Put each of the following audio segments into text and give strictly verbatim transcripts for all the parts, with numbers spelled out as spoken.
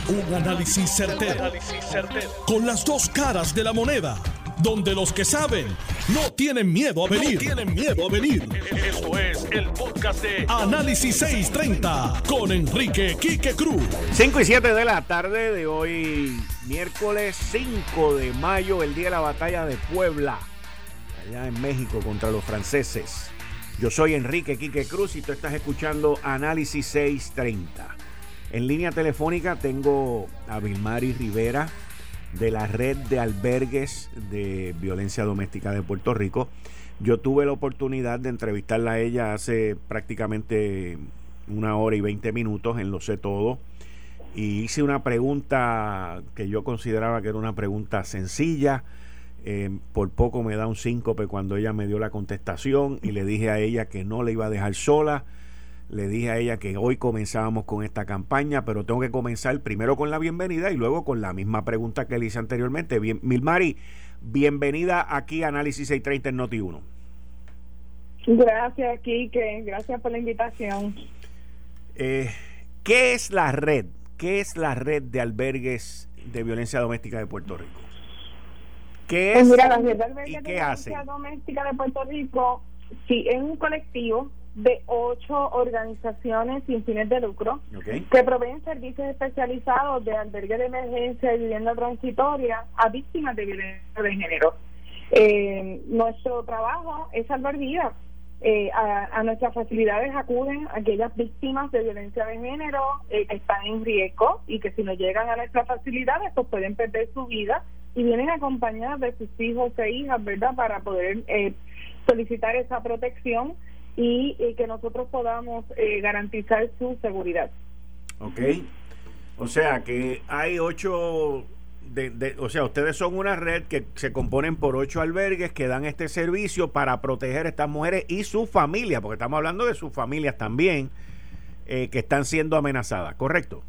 Un análisis certero, con las dos caras de la moneda, donde los que saben no tienen miedo a venir. No tienen miedo a venir. Esto es el podcast de Análisis seiscientos treinta con Enrique Quique Cruz. cinco y siete de la tarde de hoy, miércoles cinco de mayo, el día de la batalla de Puebla, allá en México contra los franceses. Yo soy Enrique Quique Cruz y tú estás escuchando Análisis seiscientos treinta. En línea telefónica tengo a Vilmary Rivera de la Red de Albergues de Violencia Doméstica de Puerto Rico. Yo tuve la oportunidad de entrevistarla a ella hace prácticamente una hora y veinte minutos en Lo Sé Todo, y hice una pregunta que yo consideraba que era una pregunta sencilla. Eh, por poco me da un síncope cuando ella me dio la contestación, y le dije a ella que no le iba a dejar sola. Le dije a ella que hoy comenzábamos con esta campaña, pero tengo que comenzar primero con la bienvenida y luego con la misma pregunta que le hice anteriormente. Bien, Vilmary, bienvenida aquí a Análisis seiscientos treinta en Noti uno. Gracias, Quique. Gracias por la invitación. Eh, ¿Qué es la red? ¿Qué es la red de albergues de violencia doméstica de Puerto Rico? ¿Qué es? Pues mira, la red de albergues ¿Y de qué violencia hace? doméstica de Puerto Rico, sí, es un colectivo de ocho organizaciones sin fines de lucro, okay, que proveen servicios especializados de albergue de emergencia y vivienda transitoria a víctimas de violencia de género. Eh, nuestro trabajo es salvar vidas. Eh, a, a nuestras facilidades acuden aquellas víctimas de violencia de género eh, que están en riesgo y que si no llegan a nuestras facilidades pues pueden perder su vida, y vienen acompañadas de sus hijos e hijas, ¿verdad?, para poder eh, solicitar esa protección y, y que nosotros podamos eh, garantizar su seguridad. Ok, o sea que hay ocho, de, de, o sea, ustedes son una red que se componen por ocho albergues que dan este servicio para proteger a estas mujeres y sus familias, porque estamos hablando de sus familias también, eh, que están siendo amenazadas, ¿correcto?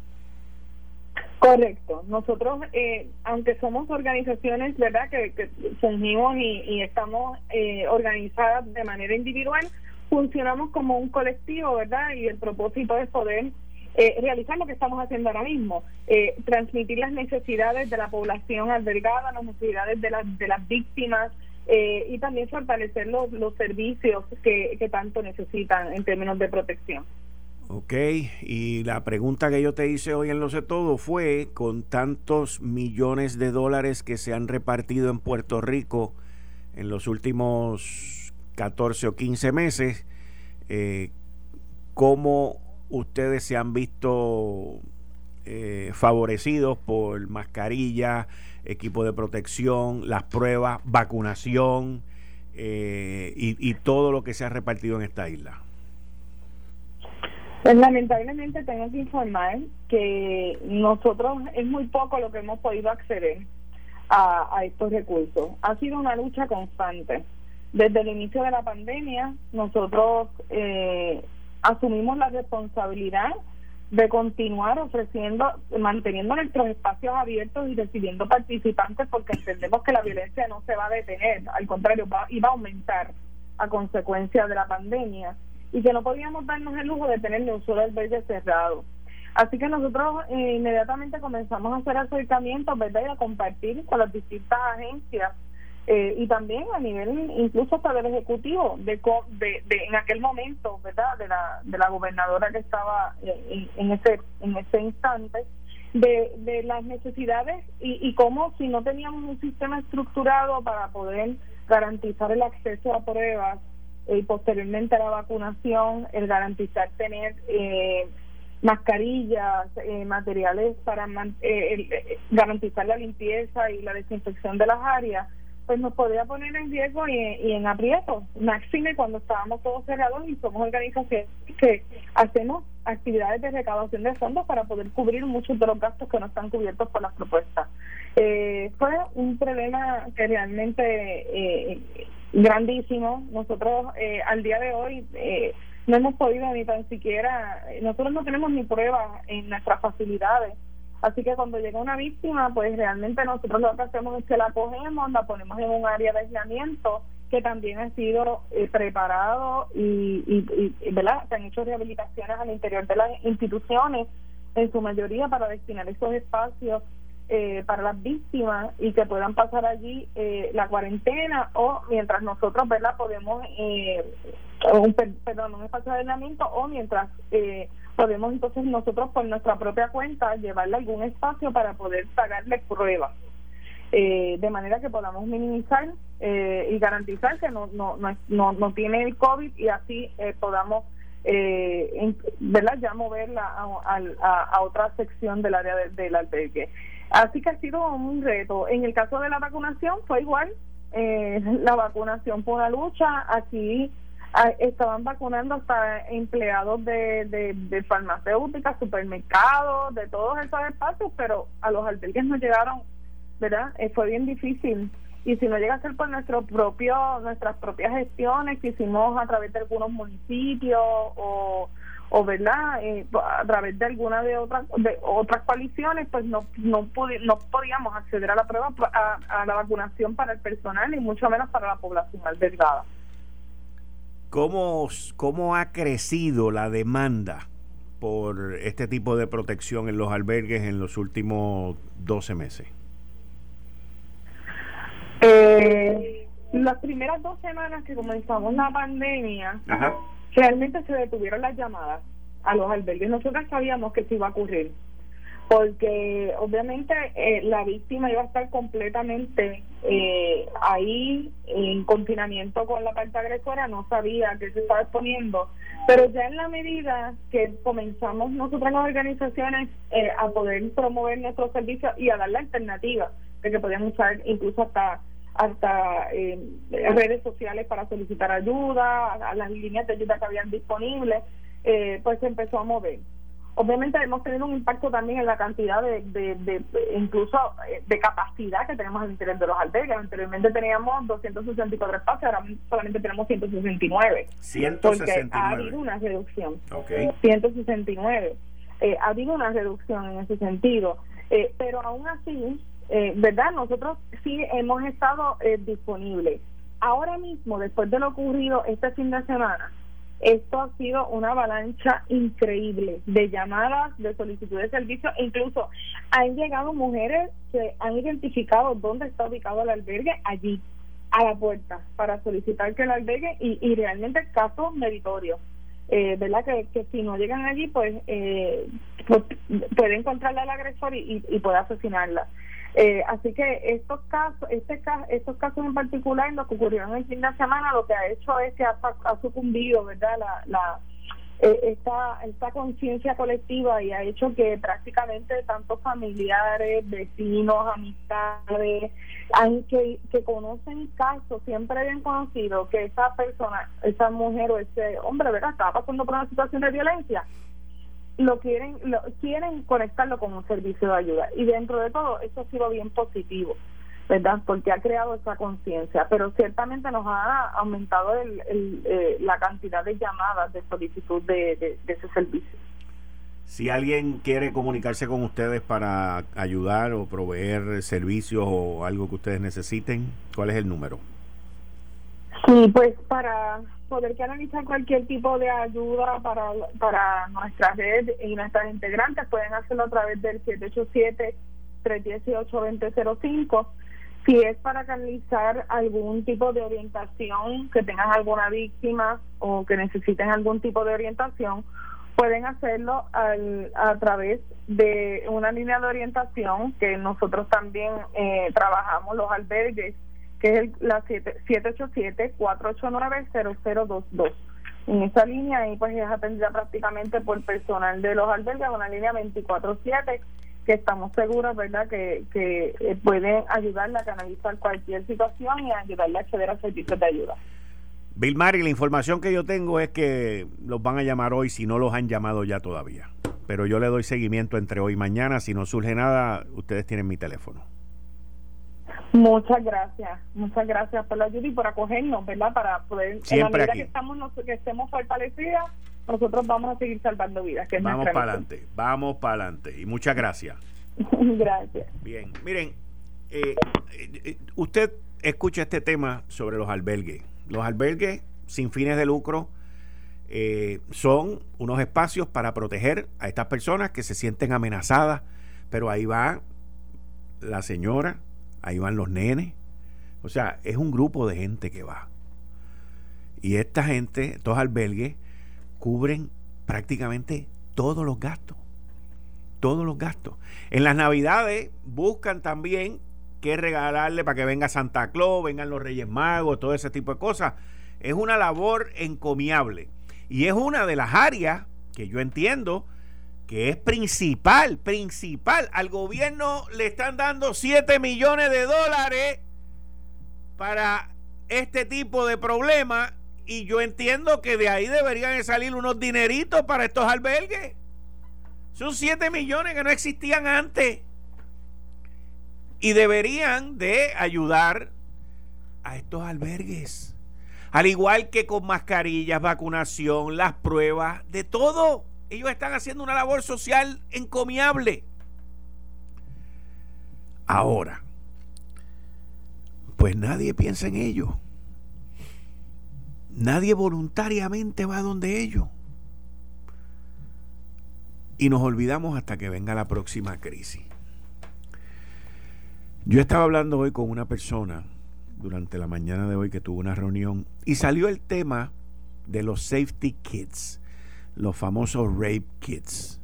Correcto. Nosotros, eh, aunque somos organizaciones, ¿verdad?, que, que fungimos y, y estamos eh, organizadas de manera individual, funcionamos como un colectivo, ¿verdad? Y el propósito es poder eh, realizar lo que estamos haciendo ahora mismo, eh, transmitir las necesidades de la población albergada, las necesidades de, la, de las víctimas, eh, y también fortalecer los, los servicios que, que tanto necesitan en términos de protección. Ok, y la pregunta que yo te hice hoy en Lo Sé Todo fue, con tantos millones de dólares que se han repartido en Puerto Rico en los últimos catorce o quince meses, eh, ¿cómo ustedes se han visto eh, favorecidos por mascarillas, equipo de protección, las pruebas, vacunación eh, y, y todo lo que se ha repartido en esta isla? Pues lamentablemente tengo que informar que nosotros es muy poco lo que hemos podido acceder a, a estos recursos. Ha sido una lucha constante. Desde el inicio de la pandemia, nosotros eh, asumimos la responsabilidad de continuar ofreciendo, manteniendo nuestros espacios abiertos y recibiendo participantes, porque entendemos que la violencia no se va a detener, al contrario, va, y va a aumentar a consecuencia de la pandemia, y que no podíamos darnos el lujo de tener ni un solo albergue cerrado. Así que nosotros eh, inmediatamente comenzamos a hacer acercamientos, ¿verdad?, y a compartir con las distintas agencias, eh, y también a nivel incluso hasta del ejecutivo de, de, de en aquel momento, ¿verdad?, de la de la gobernadora que estaba en, en ese en ese instante, de, de las necesidades y, y cómo, si no teníamos un sistema estructurado para poder garantizar el acceso a pruebas eh, y posteriormente a la vacunación, el garantizar tener eh, mascarillas, eh, materiales para man, eh, el, eh, garantizar la limpieza y la desinfección de las áreas, pues nos podía poner en riesgo y, y en aprieto, máxime cuando estábamos todos cerrados y somos organizaciones que hacemos actividades de recaudación de fondos para poder cubrir muchos de los gastos que no están cubiertos por las propuestas. Eh, fue un problema que realmente eh, grandísimo. Nosotros eh, al día de hoy eh, no hemos podido ni tan siquiera, nosotros no tenemos ni pruebas en nuestras facilidades. Así que cuando llega una víctima, pues realmente nosotros lo que hacemos es que la acogemos, la ponemos en un área de aislamiento que también ha sido eh, preparado y, y, y, ¿verdad? Se han hecho rehabilitaciones al interior de las instituciones en su mayoría para destinar esos espacios eh, para las víctimas y que puedan pasar allí eh, la cuarentena o mientras nosotros, ¿verdad?, podemos, eh, un, perdón, un espacio de aislamiento o mientras eh, podemos entonces nosotros por nuestra propia cuenta llevarle algún espacio para poder pagarle pruebas. Eh, de manera que podamos minimizar eh, y garantizar que no no no, no, no tiene el COVID y así eh, podamos eh, en, ¿verdad?, ya moverla a, a, a otra sección del área de, del albergue. Así que ha sido un reto. En el caso de la vacunación fue igual. Eh, la vacunación fue una lucha. Aquí a, estaban vacunando hasta empleados de, de, de farmacéuticas, supermercados, de todos esos espacios, pero a los albergues no llegaron, ¿verdad? Eh, fue bien difícil. Y si no llega a ser por nuestro propio, nuestras propias gestiones que hicimos a través de algunos municipios o, o verdad, eh, a través de alguna de otras de otras coaliciones, pues no no, pudi- no podíamos acceder a la prueba a, a la vacunación para el personal y mucho menos para la población albergada. ¿Cómo, cómo ha crecido la demanda por este tipo de protección en los albergues en los últimos doce meses? Eh, las primeras dos semanas que comenzamos la pandemia, Ajá. realmente se detuvieron las llamadas a los albergues. Nosotros sabíamos que eso iba a ocurrir, porque obviamente eh, la víctima iba a estar completamente eh, ahí en confinamiento con la parte agresora, no sabía que se estaba exponiendo, pero ya en la medida que comenzamos nosotras las organizaciones eh, a poder promover nuestros servicios y a dar la alternativa de que podían usar incluso hasta hasta eh, redes sociales para solicitar ayuda, a las líneas de ayuda que habían disponibles, eh, pues se empezó a mover. Obviamente hemos tenido un impacto también en la cantidad de, de, de, de incluso de capacidad que tenemos al interior de los albergues. Anteriormente teníamos doscientos sesenta y cuatro espacios, ahora solamente tenemos ciento sesenta y nueve. ciento sesenta y nueve. Porque ha habido una reducción. Okay. ciento sesenta y nueve. Eh, ha habido una reducción en ese sentido. Eh, pero aún así, eh, ¿verdad? Nosotros sí hemos estado eh, disponibles. Ahora mismo, después de lo ocurrido este fin de semana, esto ha sido una avalancha increíble de llamadas, de solicitud de servicio. Incluso han llegado mujeres que han identificado dónde está ubicado el albergue, allí, a la puerta, para solicitar que el albergue, y, y realmente casos meritorios, eh, ¿verdad? Que, que si no llegan allí, pues, eh, pues puede encontrarla al agresor y, y, y puede asesinarla. Eh, así que estos casos, este estos casos en particular, lo que ocurrieron el fin de semana, lo que ha hecho es que ha, ha sucumbido, ¿verdad?, la, la eh, esta esta conciencia colectiva, y ha hecho que prácticamente tantos familiares, vecinos, amistades, aunque que conocen casos, siempre habían conocido que esa persona, esa mujer o ese hombre, ¿verdad?, estaba pasando por una situación de violencia, lo quieren lo quieren conectarlo con un servicio de ayuda, y dentro de todo eso ha sido bien positivo, ¿verdad?, porque ha creado esa conciencia, pero ciertamente nos ha aumentado el, el, eh, la cantidad de llamadas de solicitud de, de, de ese servicio. Si alguien quiere comunicarse con ustedes para ayudar o proveer servicios o algo que ustedes necesiten, ¿cuál es el número? Sí, pues para poder canalizar cualquier tipo de ayuda para para nuestra red y nuestras integrantes, pueden hacerlo a través del siete ocho siete, tres uno ocho, dos cero cero cinco. Si es para canalizar algún tipo de orientación, que tengan alguna víctima o que necesiten algún tipo de orientación, pueden hacerlo al, a través de una línea de orientación que nosotros también eh, trabajamos, los albergues, que es el, la siete ocho siete, cuatro ocho nueve, cero cero dos dos. En esa línea ahí pues es atendida prácticamente por personal de los albergues, una línea veinticuatro siete, que estamos seguros, ¿verdad?, que, que eh, pueden ayudarle a canalizar cualquier situación y ayudarle a acceder a servicios de ayuda. Vilmary, la información que yo tengo es que los van a llamar hoy, si no los han llamado ya todavía, pero yo le doy seguimiento entre hoy y mañana. Si no surge nada, ustedes tienen mi teléfono. Muchas gracias, muchas gracias por la ayuda y por acogernos, ¿verdad?, para poder, siempre en la medida aquí. que estamos que estemos fortalecidas, nosotros vamos a seguir salvando vidas. Que vamos para adelante, vamos para adelante, y muchas gracias. Gracias. Bien, miren, eh, eh, usted escucha este tema sobre los albergues. Los albergues sin fines de lucro Eh, son unos espacios para proteger a estas personas que se sienten amenazadas, pero ahí va la señora, ahí van los nenes, o sea, es un grupo de gente que va. Y esta gente, estos albergues, cubren prácticamente todos los gastos, todos los gastos. En las Navidades buscan también qué regalarle para que venga Santa Claus, vengan los Reyes Magos, todo ese tipo de cosas. Es una labor encomiable y es una de las áreas que yo entiendo que es principal, principal. Al gobierno le están dando siete millones de dólares para este tipo de problemas y yo entiendo que de ahí deberían salir unos dineritos para estos albergues. Son siete millones que no existían antes y deberían de ayudar a estos albergues, al igual que con mascarillas, vacunación, las pruebas, de todo. Ellos están haciendo una labor social encomiable. Ahora, pues nadie piensa en ellos. Nadie voluntariamente va donde ellos. Y nos olvidamos hasta que venga la próxima crisis. Yo estaba hablando hoy con una persona durante la mañana de hoy que tuvo una reunión y salió el tema de los safety kits, los famosos rape kits.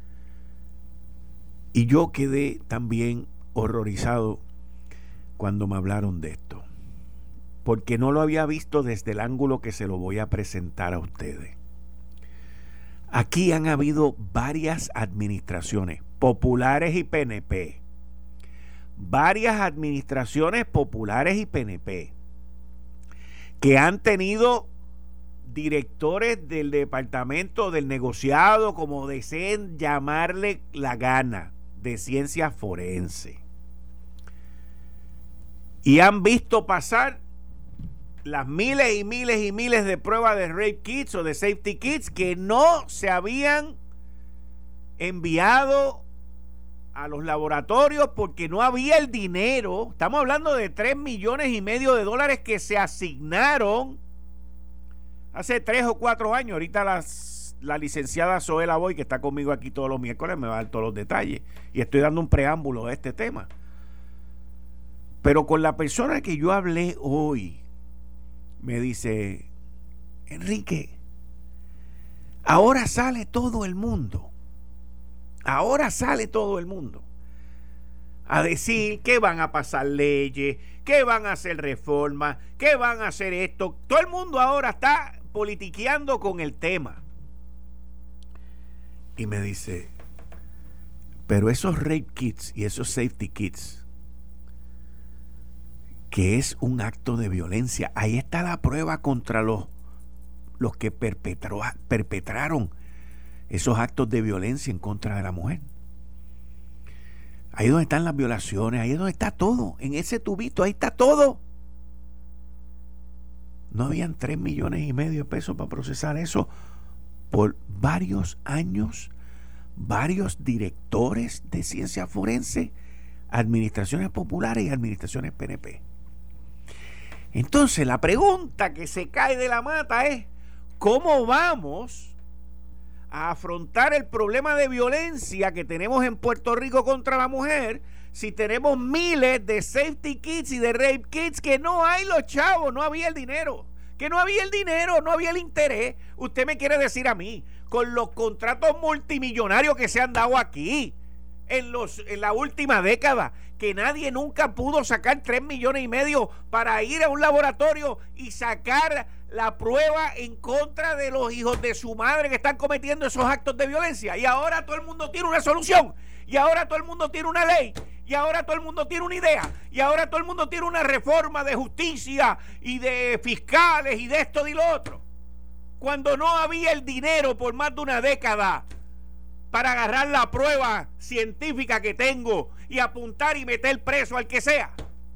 Y yo quedé también horrorizado cuando me hablaron de esto, porque no lo había visto desde el ángulo que se lo voy a presentar a ustedes. Aquí han habido varias administraciones, populares y P N P, varias administraciones populares y P N P, que han tenido directores del departamento del negociado, como deseen llamarle la gana, de ciencia forense, y han visto pasar las miles y miles y miles de pruebas de rape kits o de safety kits que no se habían enviado a los laboratorios porque no había el dinero. Estamos hablando de tres millones y medio de dólares que se asignaron hace tres o cuatro años. Ahorita las, la licenciada Zoela Boy, que está conmigo aquí todos los miércoles, me va a dar todos los detalles y estoy dando un preámbulo de este tema. Pero con la persona que yo hablé hoy, me dice: Enrique, ahora sale todo el mundo, ahora sale todo el mundo a decir que van a pasar leyes, que van a hacer reformas, que van a hacer esto. Todo el mundo ahora está politiqueando con el tema. Y me dice: pero esos rape kits y esos safety kits, que es un acto de violencia, ahí está la prueba contra los, los que perpetró, perpetraron esos actos de violencia en contra de la mujer. Ahí es donde están las violaciones, ahí es donde está todo, en ese tubito, ahí está todo. No habían tres millones y medio de pesos para procesar eso por varios años, varios directores de ciencia forense, administraciones populares y administraciones P N P. Entonces la pregunta que se cae de la mata es: ¿cómo vamos a afrontar el problema de violencia que tenemos en Puerto Rico contra la mujer si tenemos miles de safety kits y de rape kits que no hay los chavos, no había el dinero, que no había el dinero, no había el interés? Usted me quiere decir a mí, con los contratos multimillonarios que se han dado aquí en, los, en la última década, que nadie nunca pudo sacar tres millones y medio para ir a un laboratorio y sacar la prueba en contra de los hijos de su madre que están cometiendo esos actos de violencia? Y ahora todo el mundo tiene una solución, y ahora todo el mundo tiene una ley, y ahora todo el mundo tiene una idea, y ahora todo el mundo tiene una reforma de justicia y de fiscales y de esto y lo otro, cuando no había el dinero por más de una década para agarrar la prueba científica que tengo y apuntar y meter preso al que sea.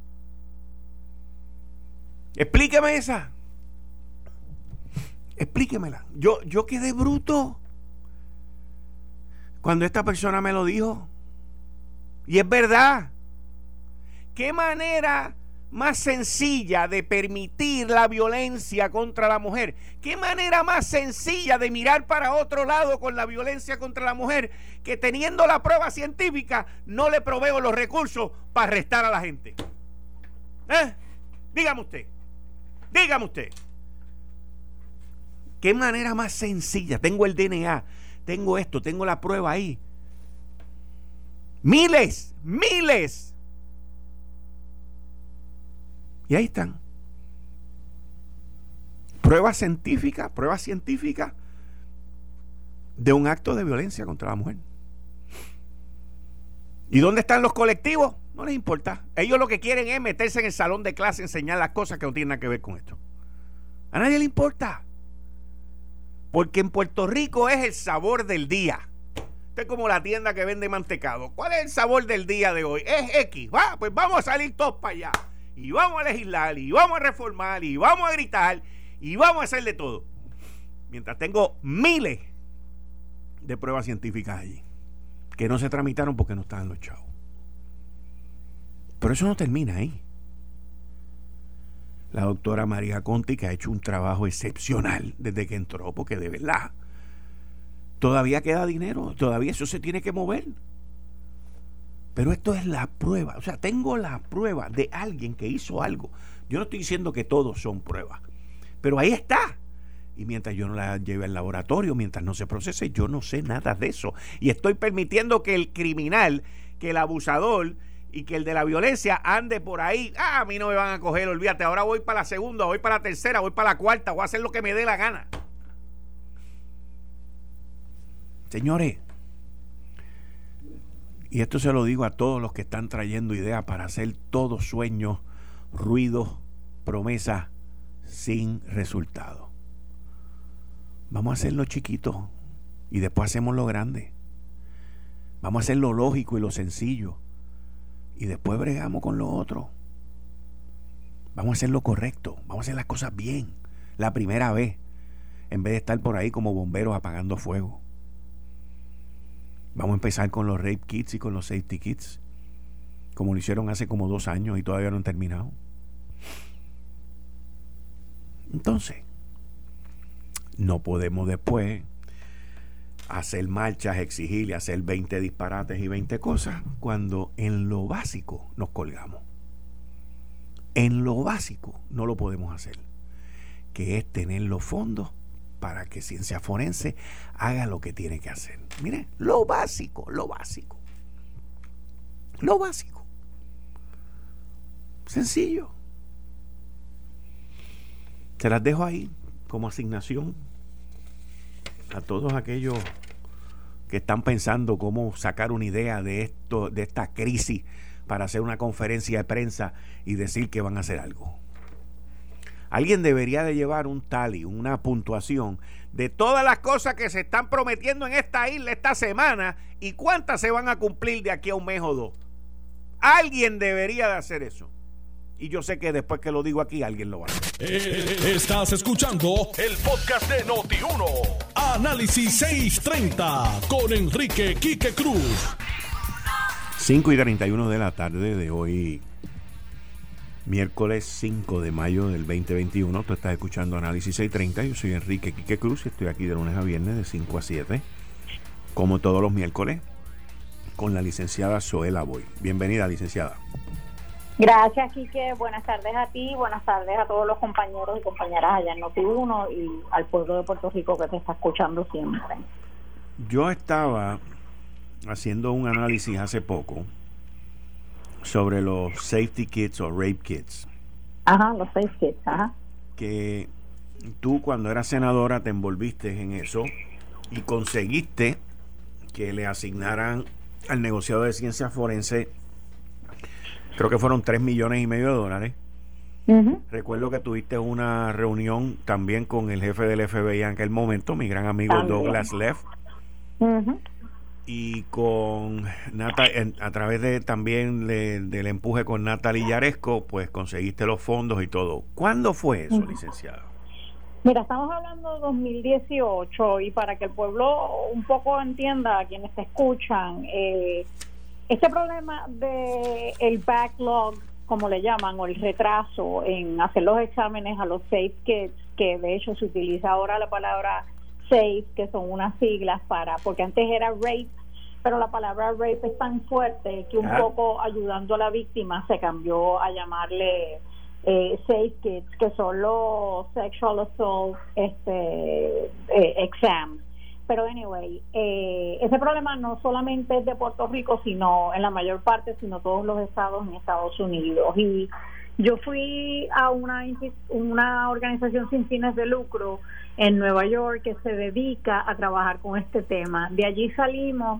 Explíqueme esa. Explíquemela. Yo, yo quedé bruto cuando esta persona me lo dijo. Y es verdad. ¿Qué manera más sencilla de permitir la violencia contra la mujer? ¿Qué manera más sencilla de mirar para otro lado con la violencia contra la mujer que teniendo la prueba científica no le proveo los recursos para arrestar a la gente? ¿Eh? Dígame usted, dígame usted. ¿Qué manera más sencilla? Tengo el D N A, tengo esto, tengo la prueba ahí. Miles, miles. Y ahí están. Pruebas científicas, pruebas científicas de un acto de violencia contra la mujer. ¿Y dónde están los colectivos? No les importa. Ellos lo que quieren es meterse en el salón de clase, enseñar las cosas que no tienen nada que ver con esto. A nadie le importa. Porque en Puerto Rico es el sabor del día. Esto es como la tienda que vende mantecado. ¿Cuál es el sabor del día de hoy? Es X. Va, pues vamos a salir todos para allá. Y vamos a legislar, y vamos a reformar, y vamos a gritar, y vamos a hacer de todo. Mientras tengo miles de pruebas científicas allí, que no se tramitaron porque no estaban los chavos. Pero eso no termina ahí. La doctora María Conti, que ha hecho un trabajo excepcional desde que entró, porque de verdad, todavía queda dinero, todavía eso se tiene que mover. Pero esto es la prueba, o sea, tengo la prueba de alguien que hizo algo. Yo no estoy diciendo que todos son pruebas, pero ahí está. Y mientras yo no la lleve al laboratorio, mientras no se procese, yo no sé nada de eso. Y estoy permitiendo que el criminal, que el abusador y que el de la violencia ande por ahí. Ah, a mí no me van a coger, olvídate, ahora voy para la segunda, voy para la tercera, voy para la cuarta, voy a hacer lo que me dé la gana. Señores, y esto se lo digo a todos los que están trayendo ideas para hacer todos sueños, ruidos, promesas sin resultado. Vamos a hacerlo chiquito y después hacemos lo grande. Vamos a hacer lo lógico y lo sencillo y después bregamos con lo otro. Vamos a hacer lo correcto, vamos a hacer las cosas bien la primera vez, en vez de estar por ahí como bomberos apagando fuego. Vamos a empezar con los rape kits y con los safety kits, como lo hicieron hace como dos años y todavía no han terminado. Entonces, no podemos después hacer marchas, exigirle, hacer veinte disparates y veinte cosas, cuando en lo básico nos colgamos. En lo básico no lo podemos hacer, que es tener los fondos para que Ciencia Forense haga lo que tiene que hacer. Miren, lo básico, lo básico. Lo básico. Sencillo. Se las dejo ahí como asignación a todos aquellos que están pensando cómo sacar una idea de esto, de esta crisis, para hacer una conferencia de prensa y decir que van a hacer algo. Alguien debería de llevar un tally, una puntuación de todas las cosas que se están prometiendo en esta isla esta semana y cuántas se van a cumplir de aquí a un mes o dos. Alguien debería de hacer eso. Y yo sé que después que lo digo aquí, alguien lo va a hacer. Eh, estás escuchando el podcast de Noti uno. Análisis seiscientos treinta con Enrique Quique Cruz. cinco y treinta y uno de la tarde de hoy, miércoles cinco de mayo del veinte veintiuno. Tú estás escuchando Análisis seiscientos treinta. Yo soy Enrique Quique Cruz y estoy aquí de lunes a viernes de cinco a siete, como todos los miércoles, con la licenciada Zoela Boy. Bienvenida, licenciada. Gracias, Quique. Buenas tardes a ti, buenas tardes a todos los compañeros y compañeras allá en Noti uno y al pueblo de Puerto Rico que te está escuchando siempre. Yo estaba haciendo un análisis hace poco sobre los safety kits o rape kits. Ajá, los safety kits, ajá. Que tú, cuando eras senadora, te envolviste en eso y conseguiste que le asignaran al negociado de ciencia forense, creo que fueron tres millones y medio de dólares. Uh-huh. Recuerdo que tuviste una reunión también con el jefe del F B I en aquel momento, mi gran amigo también. Douglas Leff. Uh-huh. Y con Nata, a través de también de, del empuje con Natalie Yaresco, pues conseguiste los fondos y todo. ¿Cuándo fue eso, uh-huh. licenciado? Mira, estamos hablando de dos mil dieciocho y para que el pueblo un poco entienda, a quienes te escuchan, eh, este problema de el backlog como le llaman, o el retraso en hacer los exámenes a los Safe Kids, que de hecho se utiliza ahora la palabra Safe, que son unas siglas para, porque antes era rape, pero la palabra rape es tan fuerte que un ah. poco ayudando a la víctima se cambió a llamarle eh, Safe Kids, que son los Sexual Assault este, eh, exams. Pero anyway, eh, ese problema no solamente es de Puerto Rico, sino en la mayor parte, sino todos los estados en Estados Unidos. Y yo fui a una, una organización sin fines de lucro en Nueva York que se dedica a trabajar con este tema. De allí salimos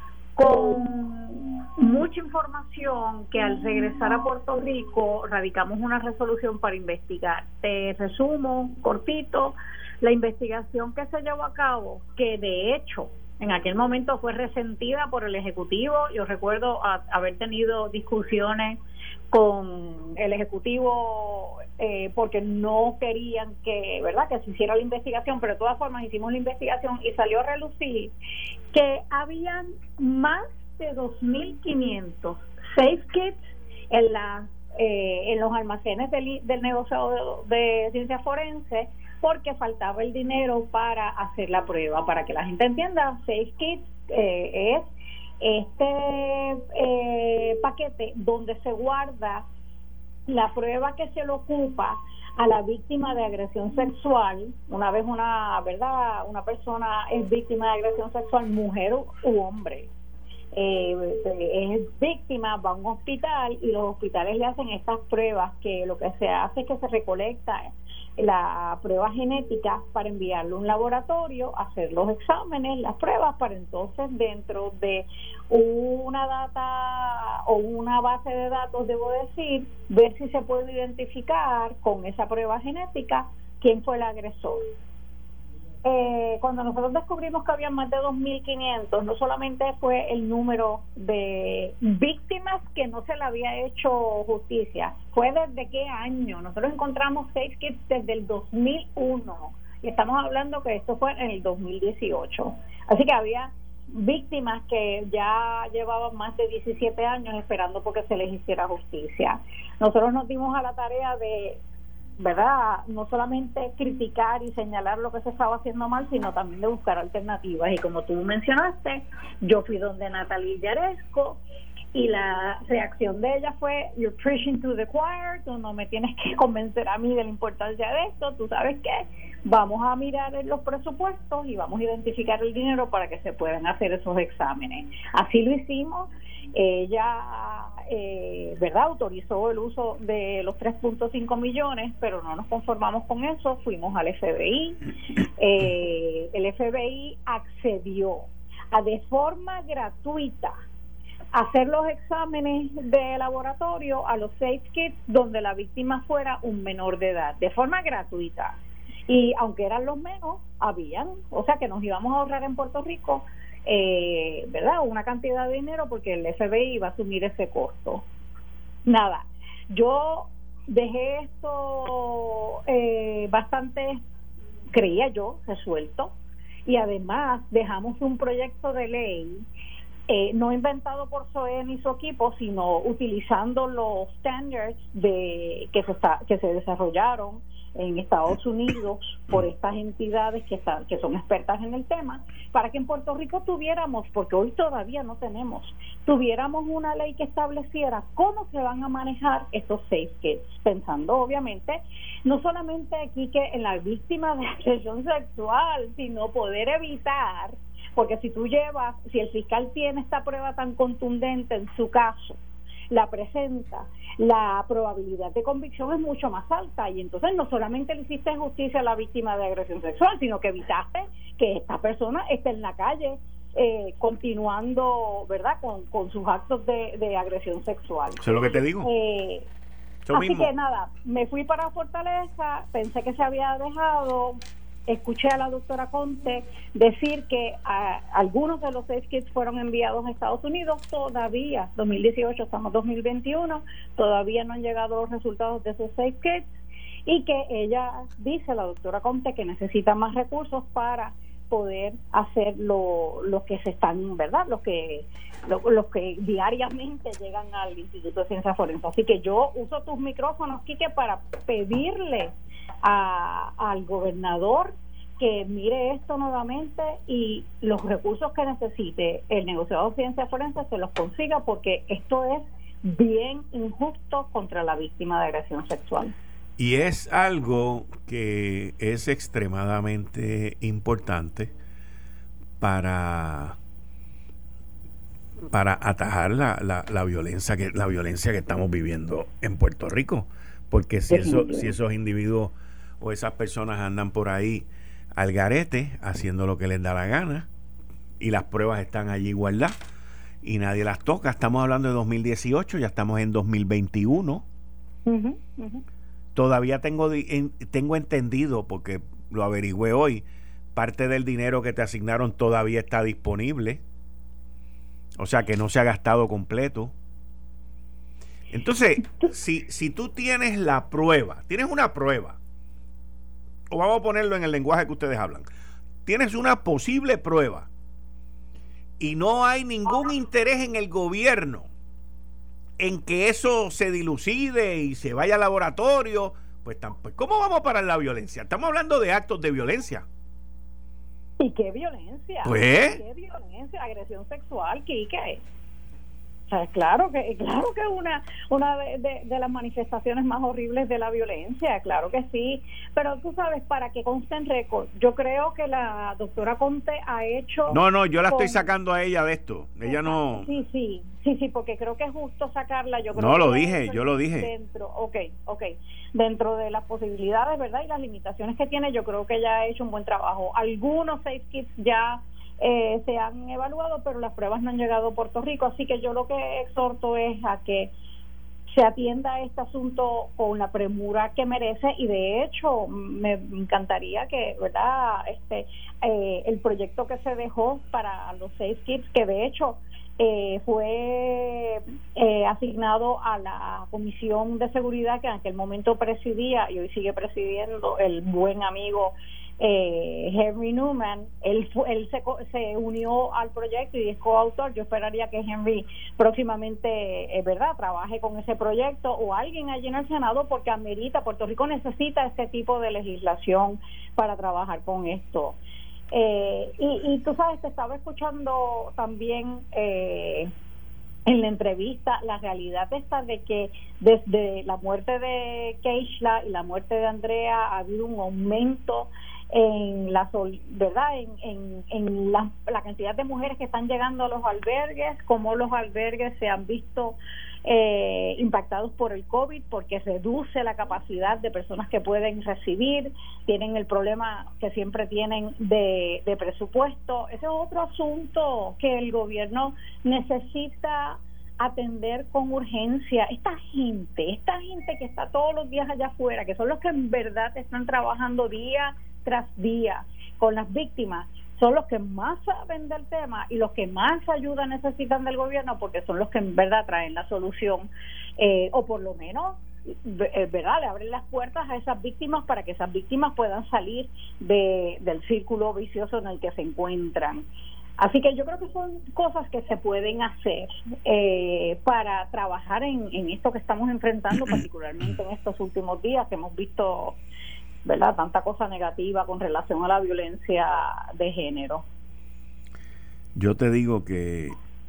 con mucha información que al regresar a Puerto Rico radicamos una resolución para investigar. Te resumo cortito la investigación que se llevó a cabo, que de hecho en aquel momento fue resentida por el Ejecutivo. Yo recuerdo a, haber tenido discusiones con el Ejecutivo eh, porque no querían que, ¿verdad?, que se hiciera la investigación, pero de todas formas hicimos la investigación y salió a relucir que habían más de dos mil quinientos Safe Kits en, la, eh, en los almacenes del, del negocio de, de ciencias forenses, porque faltaba el dinero para hacer la prueba. Para que la gente entienda, Safe Kits eh, es este eh, paquete donde se guarda la prueba que se le ocupa a la víctima de agresión sexual. Una vez una, ¿verdad?, una persona es víctima de agresión sexual, mujer u, u hombre, eh, es víctima, va a un hospital y los hospitales le hacen estas pruebas, que lo que se hace es que se recolecta la prueba genética para enviarlo a un laboratorio, hacer los exámenes, las pruebas, para entonces dentro de una data o una base de datos, debo decir, ver si se puede identificar con esa prueba genética quién fue el agresor. Eh, cuando nosotros descubrimos que había más de dos mil quinientos, no solamente fue el número de víctimas que no se le había hecho justicia, fue desde qué año. Nosotros encontramos Safe Kits desde el dos mil uno y estamos hablando que esto fue en el dos mil dieciocho. Así que había víctimas que ya llevaban más de diecisiete años esperando porque se les hiciera justicia. Nosotros nos dimos a la tarea de, ¿verdad?, no solamente criticar y señalar lo que se estaba haciendo mal, sino también de buscar alternativas. Y como tú mencionaste, yo fui donde Natalie Yaresco y la reacción de ella fue: you're preaching to the choir, tú no me tienes que convencer a mí de la importancia de esto, tú sabes qué, vamos a mirar en los presupuestos y vamos a identificar el dinero para que se puedan hacer esos exámenes. Así lo hicimos. Ella, eh, ¿verdad?, autorizó el uso de los tres punto cinco millones, pero no nos conformamos con eso, fuimos al F B I. Eh, el F B I accedió a, de forma gratuita, hacer los exámenes de laboratorio a los Safe Kits donde la víctima fuera un menor de edad, de forma gratuita. Y aunque eran los menos, habían, o sea que nos íbamos a ahorrar en Puerto Rico Eh, ¿verdad?, una cantidad de dinero, porque el F B I iba a asumir ese costo. Nada, yo dejé esto eh, bastante, creía yo, resuelto, y además dejamos un proyecto de ley eh, no inventado por S O E ni su equipo, sino utilizando los standards de que se está, que se desarrollaron en Estados Unidos por estas entidades que están, que son expertas en el tema, para que en Puerto Rico tuviéramos, porque hoy todavía no tenemos, tuviéramos una ley que estableciera cómo se van a manejar estos Safe Kits, pensando obviamente no solamente aquí que en la víctima de agresión sexual, sino poder evitar, porque si tú llevas, si el fiscal tiene esta prueba tan contundente en su caso, la presenta, la probabilidad de convicción es mucho más alta, y entonces no solamente le hiciste justicia a la víctima de agresión sexual, sino que evitaste que esta persona esté en la calle eh, continuando, ¿verdad?, con, con sus actos de, de agresión sexual. Eso es lo que te digo. Eh, así mismo. Que nada, me fui para Fortaleza, pensé que se había dejado. Escuché a la doctora Conte decir que a, algunos de los Safe Kits fueron enviados a Estados Unidos. Todavía, dos mil dieciocho, estamos dos mil veintiuno, todavía no han llegado los resultados de esos Safe Kits, y que ella dice, la doctora Conte, que necesita más recursos para poder hacer lo, lo que se están, ¿verdad? Los que lo, los que diariamente llegan al Instituto de Ciencias Forenses. Así que yo uso tus micrófonos, Quique, para pedirle a, al gobernador que mire esto nuevamente y los recursos que necesite el negociado de Ciencias Forenses se los consiga, porque esto es bien injusto contra la víctima de agresión sexual. Y es algo que es extremadamente importante para para atajar la, la, la violencia que la violencia que estamos viviendo en Puerto Rico, porque si eso, si esos individuos o esas personas andan por ahí al garete haciendo lo que les da la gana y las pruebas están allí guardadas y nadie las toca, estamos hablando de dos mil dieciocho, ya estamos en dos mil veintiuno. Uh-huh, uh-huh. Todavía tengo tengo entendido, porque lo averigüé hoy, parte del dinero que te asignaron todavía está disponible, o sea que no se ha gastado completo. Entonces, si, si tú tienes la prueba, tienes una prueba, o vamos a ponerlo en el lenguaje que ustedes hablan, tienes una posible prueba y no hay ningún interés en el gobierno en que eso se dilucide y se vaya al laboratorio, pues, pues ¿cómo vamos a parar la violencia? Estamos hablando de actos de violencia. ¿Y qué violencia? Pues, ¿Qué violencia? Agresión sexual, Quique. O sea, claro que claro que es una una de, de, de las manifestaciones más horribles de la violencia, claro que sí, pero tú sabes, para que conste en récord, yo creo que la doctora Conte ha hecho... No, no, yo la con... estoy sacando a ella de esto, ella no... Sí, sí, sí, sí, porque creo que es justo sacarla. Yo creo no, que lo dije, yo lo dije. Dentro, ok, ok, dentro de las posibilidades, ¿verdad? Y las limitaciones que tiene, yo creo que ella ha hecho un buen trabajo. Algunos safe kits ya... Eh, se han evaluado, pero las pruebas no han llegado a Puerto Rico, así que yo lo que exhorto es a que se atienda a este asunto con la premura que merece, y de hecho me encantaría que, ¿verdad?, este eh, el proyecto que se dejó para los safe kits, que de hecho eh, fue eh, asignado a la Comisión de Seguridad que en aquel momento presidía y hoy sigue presidiendo el buen amigo Eh, Henry Newman, él, él se, se unió al proyecto y es coautor. Yo esperaría que Henry próximamente, eh, verdad, trabaje con ese proyecto, o alguien allí en el Senado, porque amerita, Puerto Rico necesita este tipo de legislación para trabajar con esto. Eh, y, y tú sabes, te estaba escuchando también eh, en la entrevista, la realidad está de que desde la muerte de Keishla y la muerte de Andrea ha habido un aumento en la verdad en, en, en la, la cantidad de mujeres que están llegando a los albergues, como los albergues se han visto eh, impactados por el COVID, porque reduce la capacidad de personas que pueden recibir, tienen el problema que siempre tienen de, de presupuesto. Ese es otro asunto que el gobierno necesita atender con urgencia. Esta gente, esta gente que está todos los días allá afuera, que son los que en verdad están trabajando día tras día con las víctimas, son los que más saben del tema y los que más ayuda necesitan del gobierno, porque son los que en verdad traen la solución, eh, o por lo menos, eh, verdad, le abren las puertas a esas víctimas para que esas víctimas puedan salir de, del círculo vicioso en el que se encuentran. Así que yo creo que son cosas que se pueden hacer eh, para trabajar en, en esto que estamos enfrentando, particularmente en estos últimos días que hemos visto, ¿verdad?, tanta cosa negativa con relación a la violencia de género. Yo te digo que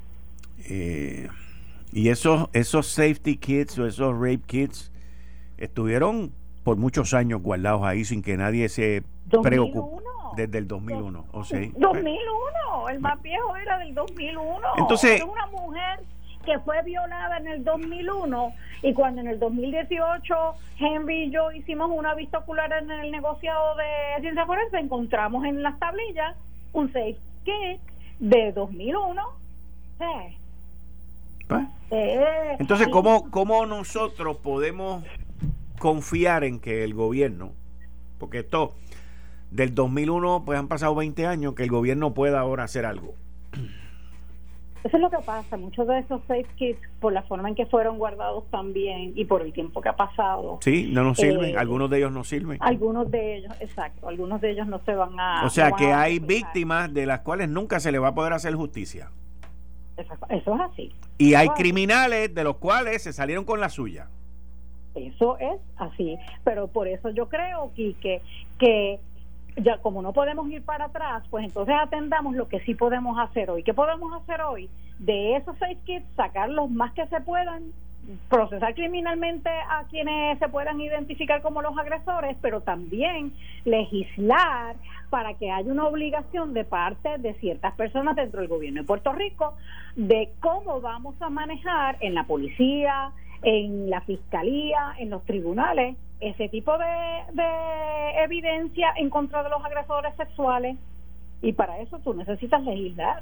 eh, y esos esos safety kits o esos rape kits estuvieron por muchos años guardados ahí sin que nadie se preocupe. Desde el dos mil uno, o sea, dos mil uno, el más viejo era del dos mil uno. Entonces, es una mujer que fue violada en el dos mil uno, y cuando en el dos mil dieciocho Henry y yo hicimos una vista ocular en el negociado de ciencia forense, encontramos en las tablillas un safe kit de dos mil uno. Eh. Pues, eh, entonces, ¿cómo, ¿cómo nosotros podemos confiar en que el gobierno, porque esto del dos mil uno, pues han pasado veinte años, que el gobierno pueda ahora hacer algo? Eso es lo que pasa, muchos de esos safe kits, por la forma en que fueron guardados también y por el tiempo que ha pasado. Sí, no nos sirven, eh, algunos de ellos no sirven. Algunos de ellos, exacto, algunos de ellos no se van a... O sea, no que a hay aplicar. víctimas de las cuales nunca se le va a poder hacer justicia. Eso, eso es así. Y hay Eso es criminales de los cuales se salieron con la suya. Eso es así, pero por eso yo creo, Quique, que ya como no podemos ir para atrás, pues entonces atendamos lo que sí podemos hacer hoy. ¿Qué podemos hacer hoy? De esos seis kits, sacar los más que se puedan, procesar criminalmente a quienes se puedan identificar como los agresores, pero también legislar para que haya una obligación de parte de ciertas personas dentro del gobierno de Puerto Rico de cómo vamos a manejar en la policía, en la fiscalía, en los tribunales, ese tipo de, de evidencia en contra de los agresores sexuales, y para eso tú necesitas legislar.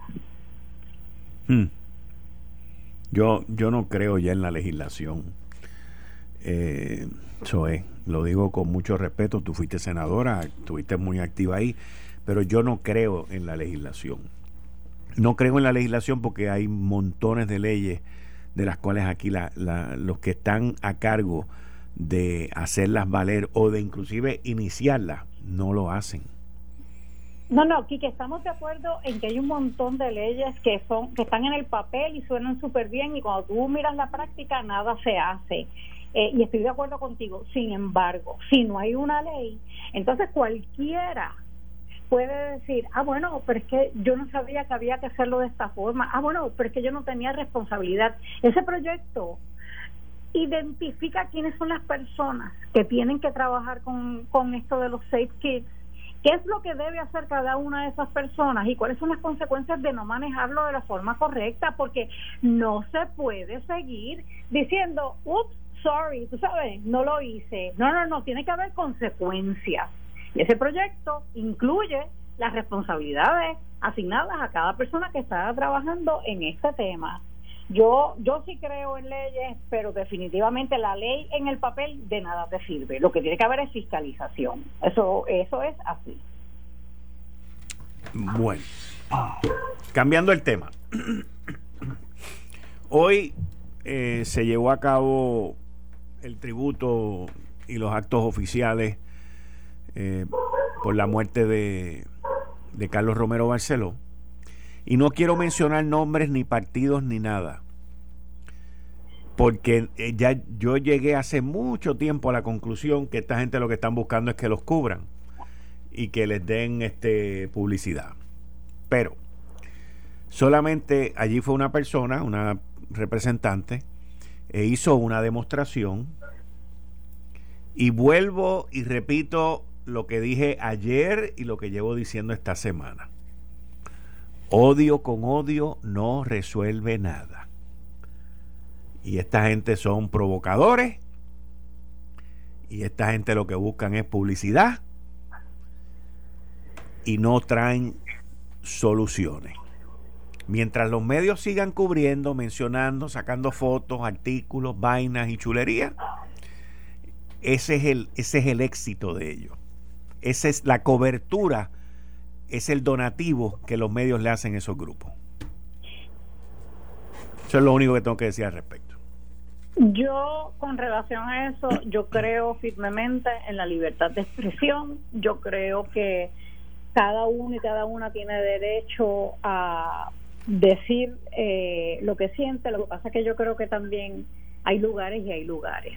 Hmm. Yo yo no creo ya en la legislación. Eh, eso es, lo digo con mucho respeto, tú fuiste senadora, estuviste muy activa ahí, pero yo no creo en la legislación. No creo en la legislación porque hay montones de leyes de las cuales aquí la, la, los que están a cargo de hacerlas valer o de inclusive iniciarlas no lo hacen. No, no, Quique, estamos de acuerdo en que hay un montón de leyes que son que están en el papel y suenan súper bien, y cuando tú miras la práctica nada se hace. Eh, y estoy de acuerdo contigo. Sin embargo, si no hay una ley, entonces cualquiera puede decir, ah, bueno, pero es que yo no sabía que había que hacerlo de esta forma. Ah, bueno, pero es que yo no tenía responsabilidad. Ese proyecto identifica quiénes son las personas que tienen que trabajar con, con esto de los safe kits, qué es lo que debe hacer cada una de esas personas y cuáles son las consecuencias de no manejarlo de la forma correcta, porque no se puede seguir diciendo, ups, sorry, tú sabes, no lo hice. No, no, no, tiene que haber consecuencias. Y ese proyecto incluye las responsabilidades asignadas a cada persona que está trabajando en este tema. Yo yo sí creo en leyes, pero definitivamente la ley en el papel de nada te sirve. Lo que tiene que haber es fiscalización. Eso eso es así. Bueno, cambiando el tema. Hoy eh, se llevó a cabo el tributo y los actos oficiales Eh, por la muerte de, de Carlos Romero Barceló, y no quiero mencionar nombres ni partidos ni nada, porque eh, ya yo llegué hace mucho tiempo a la conclusión que esta gente lo que están buscando es que los cubran y que les den este publicidad, pero solamente allí fue una persona, una representante, e hizo una demostración, y vuelvo y repito lo que dije ayer y lo que llevo diciendo esta semana. Odio con odio no resuelve nada. Y esta gente son provocadores, y esta gente lo que buscan es publicidad y no traen soluciones. Mientras los medios sigan cubriendo, mencionando, sacando fotos, artículos, vainas y chulerías, ese es el, ese es el éxito de ellos. Esa es la cobertura, es el donativo que los medios le hacen a esos grupos. Eso es lo único que tengo que decir al respecto. Yo, con relación a eso, yo creo firmemente en la libertad de expresión. Yo creo que cada uno y cada una tiene derecho a decir eh, lo que siente. Lo que pasa es que yo creo que también hay lugares y hay lugares.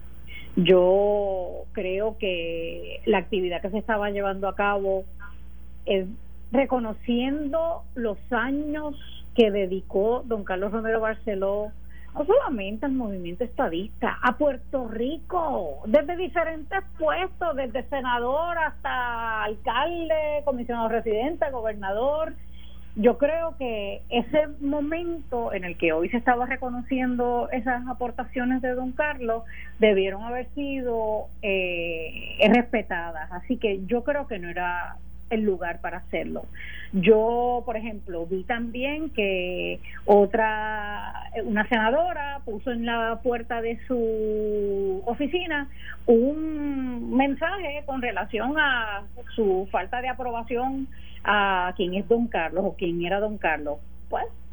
Yo creo que la actividad que se estaba llevando a cabo es reconociendo los años que dedicó don Carlos Romero Barceló, no solamente al movimiento estadista, a Puerto Rico, desde diferentes puestos, desde senador hasta alcalde, comisionado residente, gobernador. Yo creo que ese momento en el que hoy se estaba reconociendo esas aportaciones de don Carlos debieron haber sido eh, respetadas. Así que yo creo que no era el lugar para hacerlo. Yo, por ejemplo, vi también que otra, una senadora puso en la puerta de su oficina un mensaje con relación a su falta de aprobación a quién es don Carlos o quién era don Carlos. Pues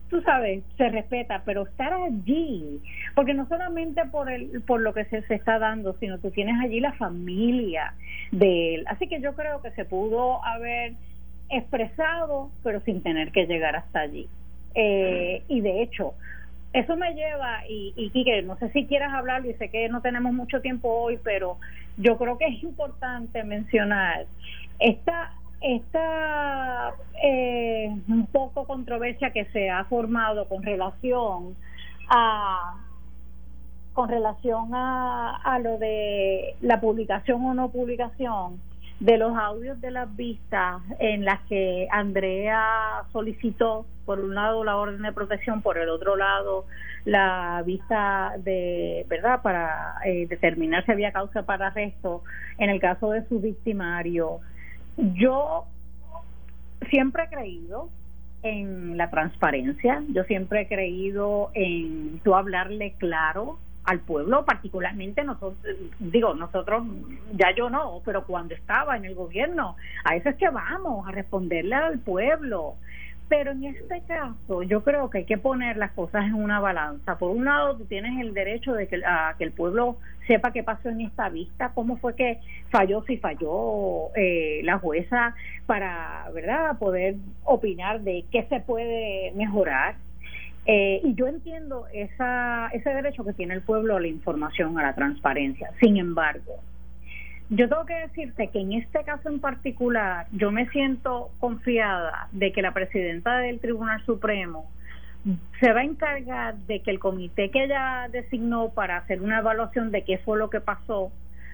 tú sabes, se respeta, pero estar allí, porque no solamente por el por lo que se, se está dando, sino tú tienes allí la familia de él. Así que yo creo que se pudo haber expresado, pero sin tener que llegar hasta allí. Eh, y de hecho, eso me lleva, y, y Quique, no sé si quieras hablar, y sé que no tenemos mucho tiempo hoy, pero yo creo que es importante mencionar esta esta eh, un poco controversia que se ha formado con relación a con relación a, a lo de la publicación o no publicación de los audios de las vistas en las que Andrea solicitó, por un lado, la orden de protección, por el otro lado, la vista de, ¿verdad?, para eh, determinar si había causa para arresto en el caso de su victimario. Yo siempre he creído en la transparencia, yo siempre he creído en tú hablarle claro al pueblo, particularmente nosotros, digo, nosotros, ya yo no, pero cuando estaba en el gobierno, a eso es que vamos, a responderle al pueblo. Pero en este caso, yo creo que hay que poner las cosas en una balanza. Por un lado, tú tienes el derecho de que, a, que el pueblo sepa qué pasó en esta vista, cómo fue que falló, si falló eh, la jueza, para, ¿verdad?, poder opinar de qué se puede mejorar. Eh, y yo entiendo esa, ese derecho que tiene el pueblo a la información, a la transparencia. Sin embargo, yo tengo que decirte que en este caso en particular, yo me siento confiada de que la presidenta del Tribunal Supremo se va a encargar de que el comité que ella designó para hacer una evaluación de qué fue lo que pasó,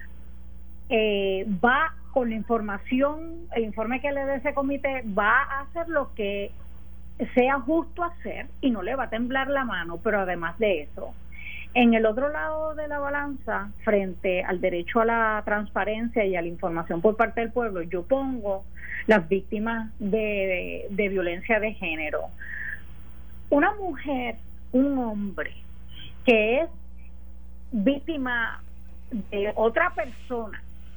eh, va con la información, el informe que le dé ese comité, va a hacer lo que sea justo hacer y no le va a temblar la mano. Pero además de eso, en el otro lado de la balanza, frente al derecho a la transparencia y a la información por parte del pueblo, yo pongo las víctimas de, de, de violencia de género. Una mujer, un hombre que es víctima de otra persona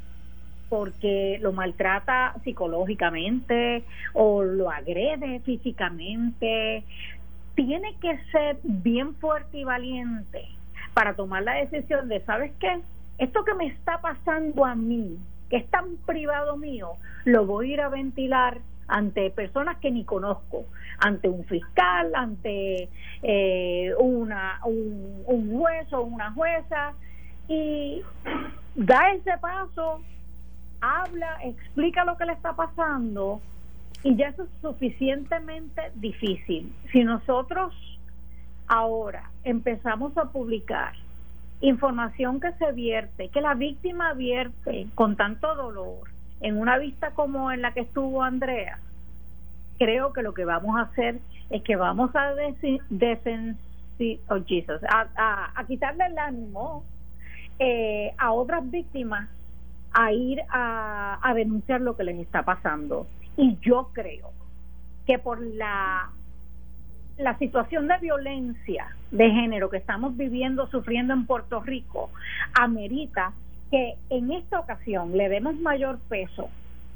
porque lo maltrata psicológicamente o lo agrede físicamente, tiene que ser bien fuerte y valiente para tomar la decisión de, ¿sabes qué? Esto que me está pasando a mí, que es tan privado mío, lo voy a ir a ventilar ante personas que ni conozco, ante un fiscal, ante eh, una un, un juez o una jueza, y da ese paso, habla, explica lo que le está pasando, y ya eso es suficientemente difícil. Si nosotros ahora empezamos a publicar información que se vierte, que la víctima vierte con tanto dolor en una vista como en la que estuvo Andrea, creo que lo que vamos a hacer es que vamos a desen, desen, oh Jesus, a, a, a quitarle el ánimo eh, a otras víctimas a ir a, a denunciar lo que les está pasando. Y yo creo que por la la situación de violencia de género que estamos viviendo, sufriendo en Puerto Rico, amerita que en esta ocasión le demos mayor peso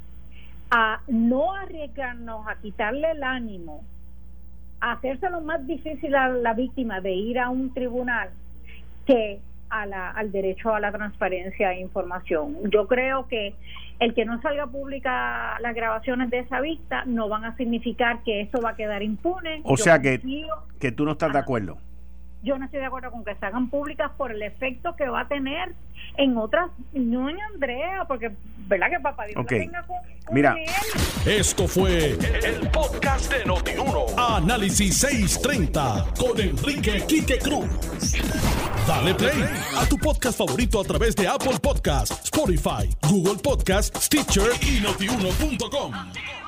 a no arriesgarnos a quitarle el ánimo, a hacérselo más difícil a la víctima de ir a un tribunal, que a la, al derecho a la transparencia e información. Yo creo que el que no salga pública las grabaciones de esa vista no van a significar que eso va a quedar impune. O Yo sea que, confío, que tú no estás ajá, de acuerdo. Yo no estoy de acuerdo con que se hagan públicas por el efecto que va a tener en otras, no en Andrea, porque verdad que papá Dios okay. tenga con, con Mira, él. Esto fue el podcast de Noti uno, Análisis seiscientos treinta con Enrique Quique Cruz. Dale play a tu podcast favorito a través de Apple Podcasts, Spotify, Google Podcasts, Stitcher y notiuno punto com.